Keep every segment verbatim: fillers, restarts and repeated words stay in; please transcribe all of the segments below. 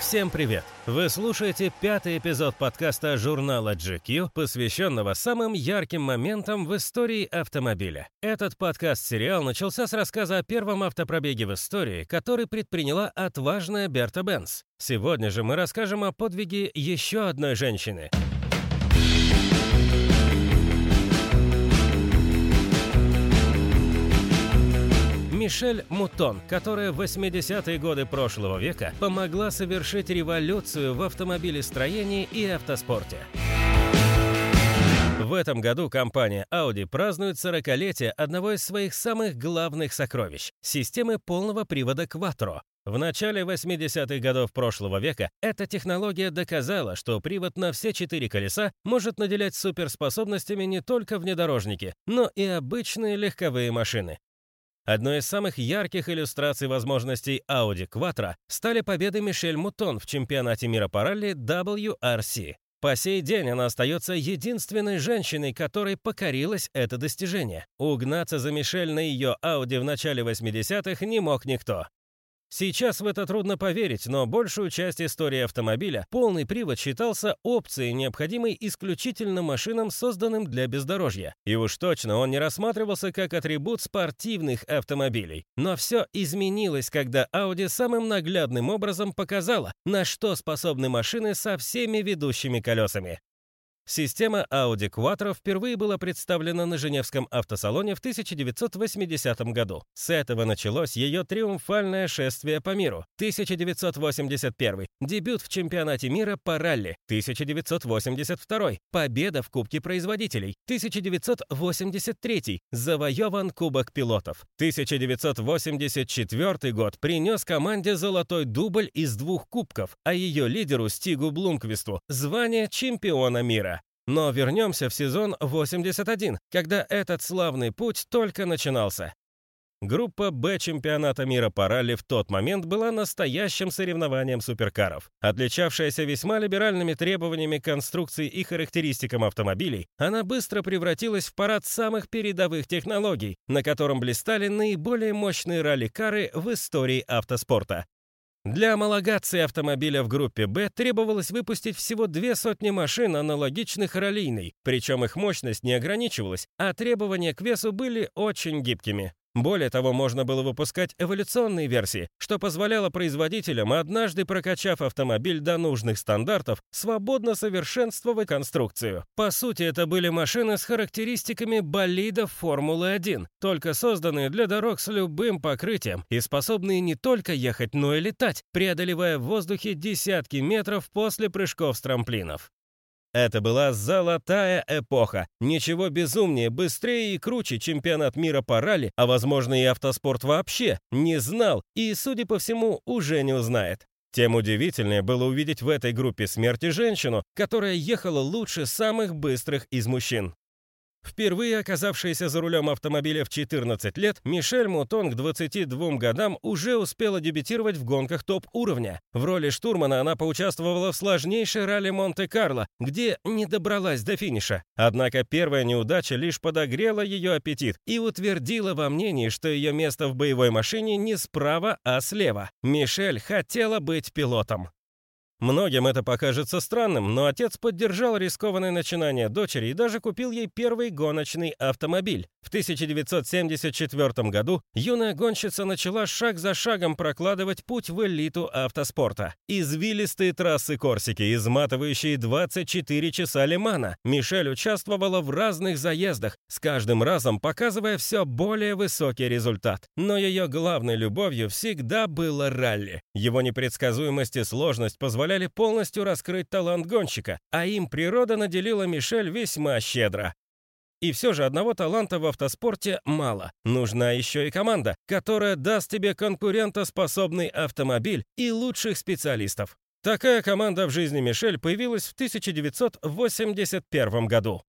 Всем привет! Вы слушаете пятый эпизод подкаста журнала джи кью, посвященного самым ярким моментам в истории автомобиля. Этот подкаст-сериал начался с рассказа о первом автопробеге в истории, который предприняла отважная Берта Бенц. Сегодня же мы расскажем о подвиге еще одной женщины. Мишель Мутон, которая в восьмидесятые годы прошлого века помогла совершить революцию в автомобилестроении и автоспорте. В этом году компания Audi празднует сорокалетие одного из своих самых главных сокровищ – системы полного привода Quattro. В начале восьмидесятых годов прошлого века эта технология доказала, что привод на все четыре колеса может наделять суперспособностями не только внедорожники, но и обычные легковые машины. Одной из самых ярких иллюстраций возможностей Audi Quattro стали победы Мишель Мутон в чемпионате мира по ралли дабл ю ар си. По сей день она остается единственной женщиной, которой покорилось это достижение. Угнаться за Мишель на ее Audi в начале восьмидесятых не мог никто. Сейчас в это трудно поверить, но большую часть истории автомобиля полный привод считался опцией, необходимой исключительно машинам, созданным для бездорожья. И уж точно он не рассматривался как атрибут спортивных автомобилей. Но все изменилось, когда Audi самым наглядным образом показала, на что способны машины со всеми ведущими колесами. Система Audi Quattro впервые была представлена на Женевском автосалоне в тысяча девятьсот восьмидесятом году. С этого началось ее триумфальное шествие по миру. тысяча девятьсот восемьдесят первый. Дебют в чемпионате мира по ралли. тысяча девятьсот восемьдесят второй. Победа в Кубке производителей. тысяча девятьсот восемьдесят третий. Завоеван Кубок пилотов. тысяча девятьсот восемьдесят четвёртый год принес команде золотой дубль из двух кубков, а ее лидеру Стигу Блумквисту звание чемпиона мира. Но вернемся в сезон восемьдесят один, когда этот славный путь только начинался. Группа «Б» чемпионата мира по ралли в тот момент была настоящим соревнованием суперкаров. Отличавшаяся весьма либеральными требованиями конструкции и характеристикам автомобилей, она быстро превратилась в парад самых передовых технологий, на котором блистали наиболее мощные ралли-кары в истории автоспорта. Для homологации автомобиля в группе «Б» требовалось выпустить всего две сотни машин, аналогичных раллийной, причем их мощность не ограничивалась, а требования к весу были очень гибкими. Более того, можно было выпускать эволюционные версии, что позволяло производителям, однажды прокачав автомобиль до нужных стандартов, свободно совершенствовать конструкцию. По сути, это были машины с характеристиками болидов Формулы один, только созданные для дорог с любым покрытием и способные не только ехать, но и летать, преодолевая в воздухе десятки метров после прыжков с трамплинов. Это была золотая эпоха. Ничего безумнее, быстрее и круче чемпионат мира по ралли, а возможно и автоспорт вообще, не знал и, судя по всему, уже не узнает. Тем удивительнее было увидеть в этой группе смерти женщину, которая ехала лучше самых быстрых из мужчин. Впервые оказавшаяся за рулем автомобиля в четырнадцать лет, Мишель Мутон к двадцати двум годам уже успела дебютировать в гонках топ-уровня. В роли штурмана она поучаствовала в сложнейшей ралли Монте-Карло, где не добралась до финиша. Однако первая неудача лишь подогрела ее аппетит и утвердила во мнении, что ее место в боевой машине не справа, а слева. Мишель хотела быть пилотом. Многим это покажется странным, но отец поддержал рискованное начинание дочери и даже купил ей первый гоночный автомобиль. В тысяча девятьсот семьдесят четвёртом году юная гонщица начала шаг за шагом прокладывать путь в элиту автоспорта. Извилистые трассы Корсики, изматывающие двадцать четыре часа Ле-Мана. Мишель участвовала в разных заездах, с каждым разом показывая все более высокий результат. Но ее главной любовью всегда было ралли. Его непредсказуемость и сложность позволяли полностью раскрыть талант гонщика, а им природа наделила Мишель весьма щедро. И все же одного таланта в автоспорте мало. Нужна еще и команда, которая даст тебе конкурентоспособный автомобиль и лучших специалистов. Такая команда в жизни Мишель появилась в тысяча девятьсот восемьдесят первом году.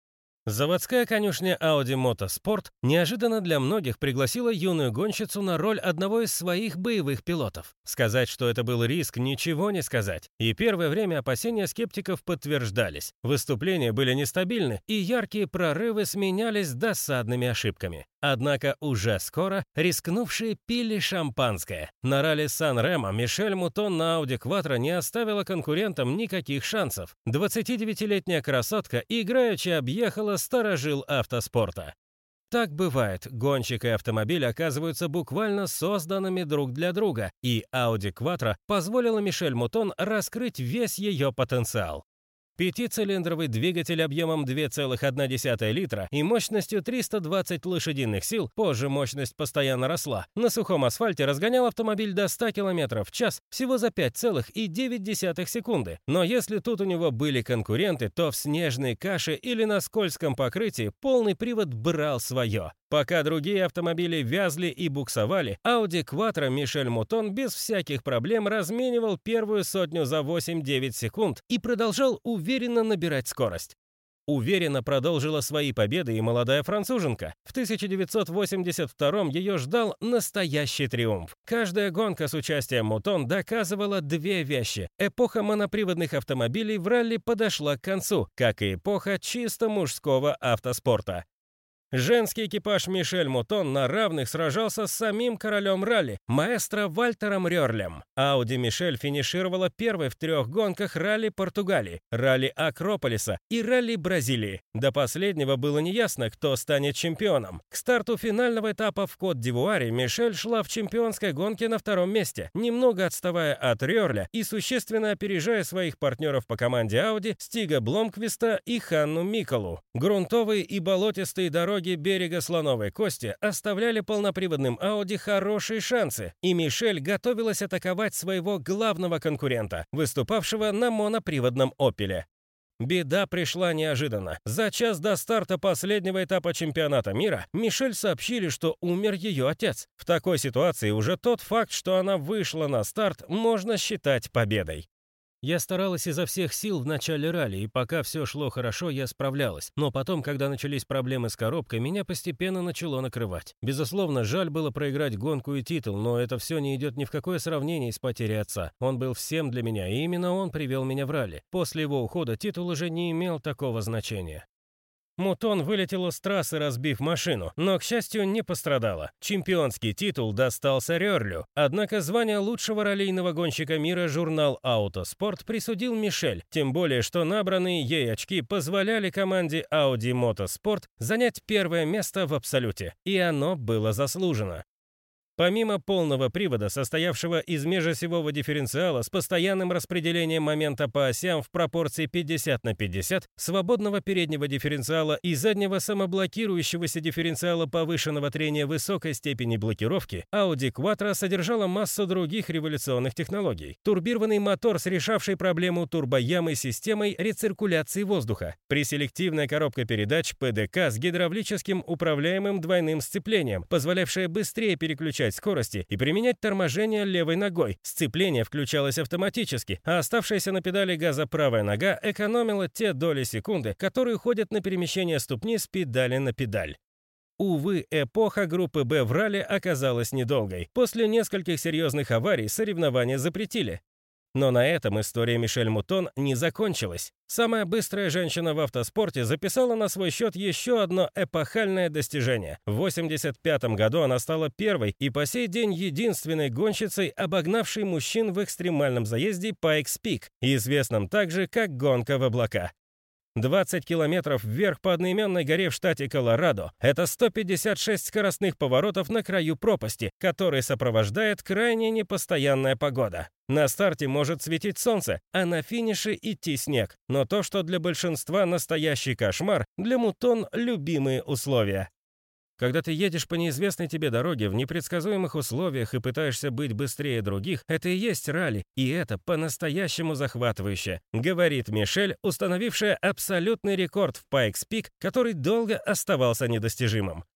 Заводская конюшня Audi Motorsport неожиданно для многих пригласила юную гонщицу на роль одного из своих боевых пилотов. Сказать, что это был риск, ничего не сказать. И первое время опасения скептиков подтверждались. Выступления были нестабильны, и яркие прорывы сменялись досадными ошибками. Однако уже скоро рискнувшие пили шампанское. На ралли Сан-Ремо Мишель Мутон на Audi Quattro не оставила конкурентам никаких шансов. двадцатидевятилетняя красотка играючи объехала старожил автоспорта. Так бывает, гонщик и автомобиль оказываются буквально созданными друг для друга, и Audi Quattro позволила Мишель Мутон раскрыть весь ее потенциал. Пятицилиндровый двигатель объемом два целых одна десятая литра и мощностью триста двадцать лошадиных сил, позже мощность постоянно росла, на сухом асфальте разгонял автомобиль до ста километров в час всего за пять целых девять десятых секунды. Но если тут у него были конкуренты, то в снежной каше или на скользком покрытии полный привод брал свое. Пока другие автомобили вязли и буксовали, Audi Quattro Мишель Мутон без всяких проблем разменивал первую сотню за восемь-девять секунд и продолжал уверенно набирать скорость. Уверенно продолжила свои победы и молодая француженка. В тысяча девятьсот восемьдесят втором ее ждал настоящий триумф. Каждая гонка с участием Мутон доказывала две вещи. Эпоха моноприводных автомобилей в ралли подошла к концу, как и эпоха чисто мужского автоспорта. Женский экипаж Мишель Мутон на равных сражался с самим королем ралли, маэстро Вальтером Рёрлем. Ауди Мишель финишировала первой в трех гонках ралли Португалии, ралли Акрополиса и ралли Бразилии. До последнего было неясно, кто станет чемпионом. К старту финального этапа в Кот-д'Ивуаре Мишель шла в чемпионской гонке на втором месте, немного отставая от Рёрля и существенно опережая своих партнеров по команде Ауди Стига Бломквиста и Ханну Миколу. Грунтовые и болотистые дороги берега Слоновой Кости оставляли полноприводным Audi хорошие шансы, и Мишель готовилась атаковать своего главного конкурента, выступавшего на моноприводном Опеле. Беда пришла неожиданно. За час до старта последнего этапа чемпионата мира Мишель сообщили, что умер ее отец. В такой ситуации уже тот факт, что она вышла на старт, можно считать победой. Я старалась изо всех сил в начале ралли, и пока все шло хорошо, я справлялась. Но потом, когда начались проблемы с коробкой, меня постепенно начало накрывать. Безусловно, жаль было проиграть гонку и титул, но это все не идет ни в какое сравнение с потерей отца. Он был всем для меня, и именно он привел меня в ралли. После его ухода титул уже не имел такого значения. Мутон вылетела с трассы, разбив машину, но, к счастью, не пострадала. Чемпионский титул достался Рёрлю, однако звание лучшего раллийного гонщика мира журнал «Аутоспорт» присудил Мишель, тем более, что набранные ей очки позволяли команде Audi Motorsport занять первое место в абсолюте, и оно было заслужено. Помимо полного привода, состоявшего из межосевого дифференциала с постоянным распределением момента по осям в пропорции пятьдесят на пятьдесят, свободного переднего дифференциала и заднего самоблокирующегося дифференциала повышенного трения высокой степени блокировки, Audi Quattro содержала массу других революционных технологий. Турбированный мотор с решавшей проблему турбоямы системой рециркуляции воздуха, преселективная коробка передач пэ дэ ка с гидравлическим управляемым двойным сцеплением, позволявшая быстрее переключать скорости и применять торможение левой ногой. Сцепление включалось автоматически, а оставшаяся на педали газа правая нога экономила те доли секунды, которые уходят на перемещение ступни с педали на педаль. Увы, эпоха группы «Б» в ралли оказалась недолгой. После нескольких серьезных аварий соревнования запретили. Но на этом история Мишель Мутон не закончилась. Самая быстрая женщина в автоспорте записала на свой счет еще одно эпохальное достижение. В восемьдесят пятом году она стала первой и по сей день единственной гонщицей, обогнавшей мужчин в экстремальном заезде Pikes Peak, известном также как гонка в облака. двадцать километров вверх по одноименной горе в штате Колорадо – это сто пятьдесят шесть скоростных поворотов на краю пропасти, которые сопровождает крайне непостоянная погода. На старте может светить солнце, а на финише идти снег. Но то, что для большинства настоящий кошмар, для Мутон – любимые условия. Когда ты едешь по неизвестной тебе дороге в непредсказуемых условиях и пытаешься быть быстрее других, это и есть ралли, и это по-настоящему захватывающе, говорит Мишель, установившая абсолютный рекорд в Pikes Peak, который долго оставался недостижимым.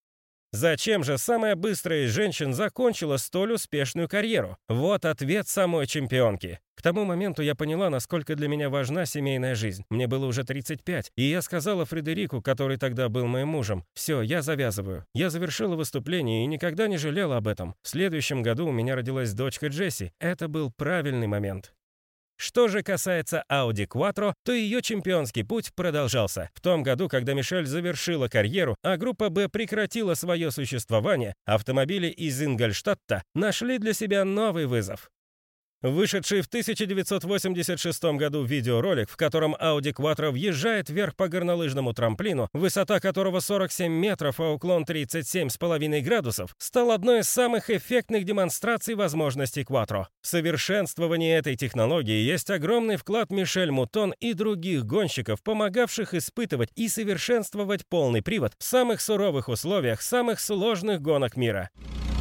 Зачем же самая быстрая из женщин закончила столь успешную карьеру? Вот ответ самой чемпионки. К тому моменту я поняла, насколько для меня важна семейная жизнь. Мне было уже тридцать пять, и я сказала Фредерику, который тогда был моим мужем: «Все, я завязываю». Я завершила выступление и никогда не жалела об этом. В следующем году у меня родилась дочка Джесси. Это был правильный момент. Что же касается Audi Quattro, то ее чемпионский путь продолжался. В том году, когда Мишель завершила карьеру, а группа B прекратила свое существование, автомобили из Ингольштадта нашли для себя новый вызов. Вышедший в тысяча девятьсот восемьдесят шестом году видеоролик, в котором Audi Quattro въезжает вверх по горнолыжному трамплину, высота которого сорок семь метров, а уклон тридцать семь с половиной градусов, стал одной из самых эффектных демонстраций возможностей Quattro. В совершенствовании этой технологии есть огромный вклад Мишель Мутон и других гонщиков, помогавших испытывать и совершенствовать полный привод в самых суровых условиях самых сложных гонок мира.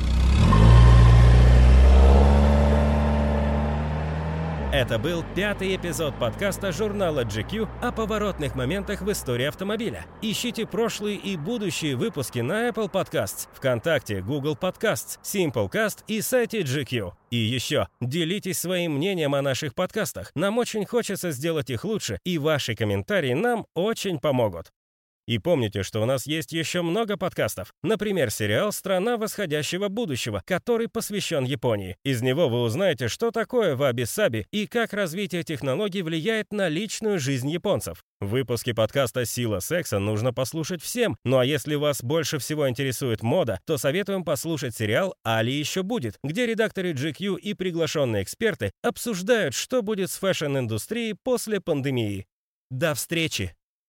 Это был пятый эпизод подкаста журнала джи кью о поворотных моментах в истории автомобиля. Ищите прошлые и будущие выпуски на Apple Podcasts, ВКонтакте, Google Podcasts, Simplecast и сайте джи кью. И еще, делитесь своим мнением о наших подкастах. Нам очень хочется сделать их лучше, и ваши комментарии нам очень помогут. И помните, что у нас есть еще много подкастов. Например, сериал «Страна восходящего будущего», который посвящен Японии. Из него вы узнаете, что такое ваби-саби и как развитие технологий влияет на личную жизнь японцев. Выпуски подкаста «Сила секса» нужно послушать всем. Ну а если вас больше всего интересует мода, то советуем послушать сериал «Али еще будет», где редакторы джи кью и приглашенные эксперты обсуждают, что будет с фэшн-индустрией после пандемии. До встречи!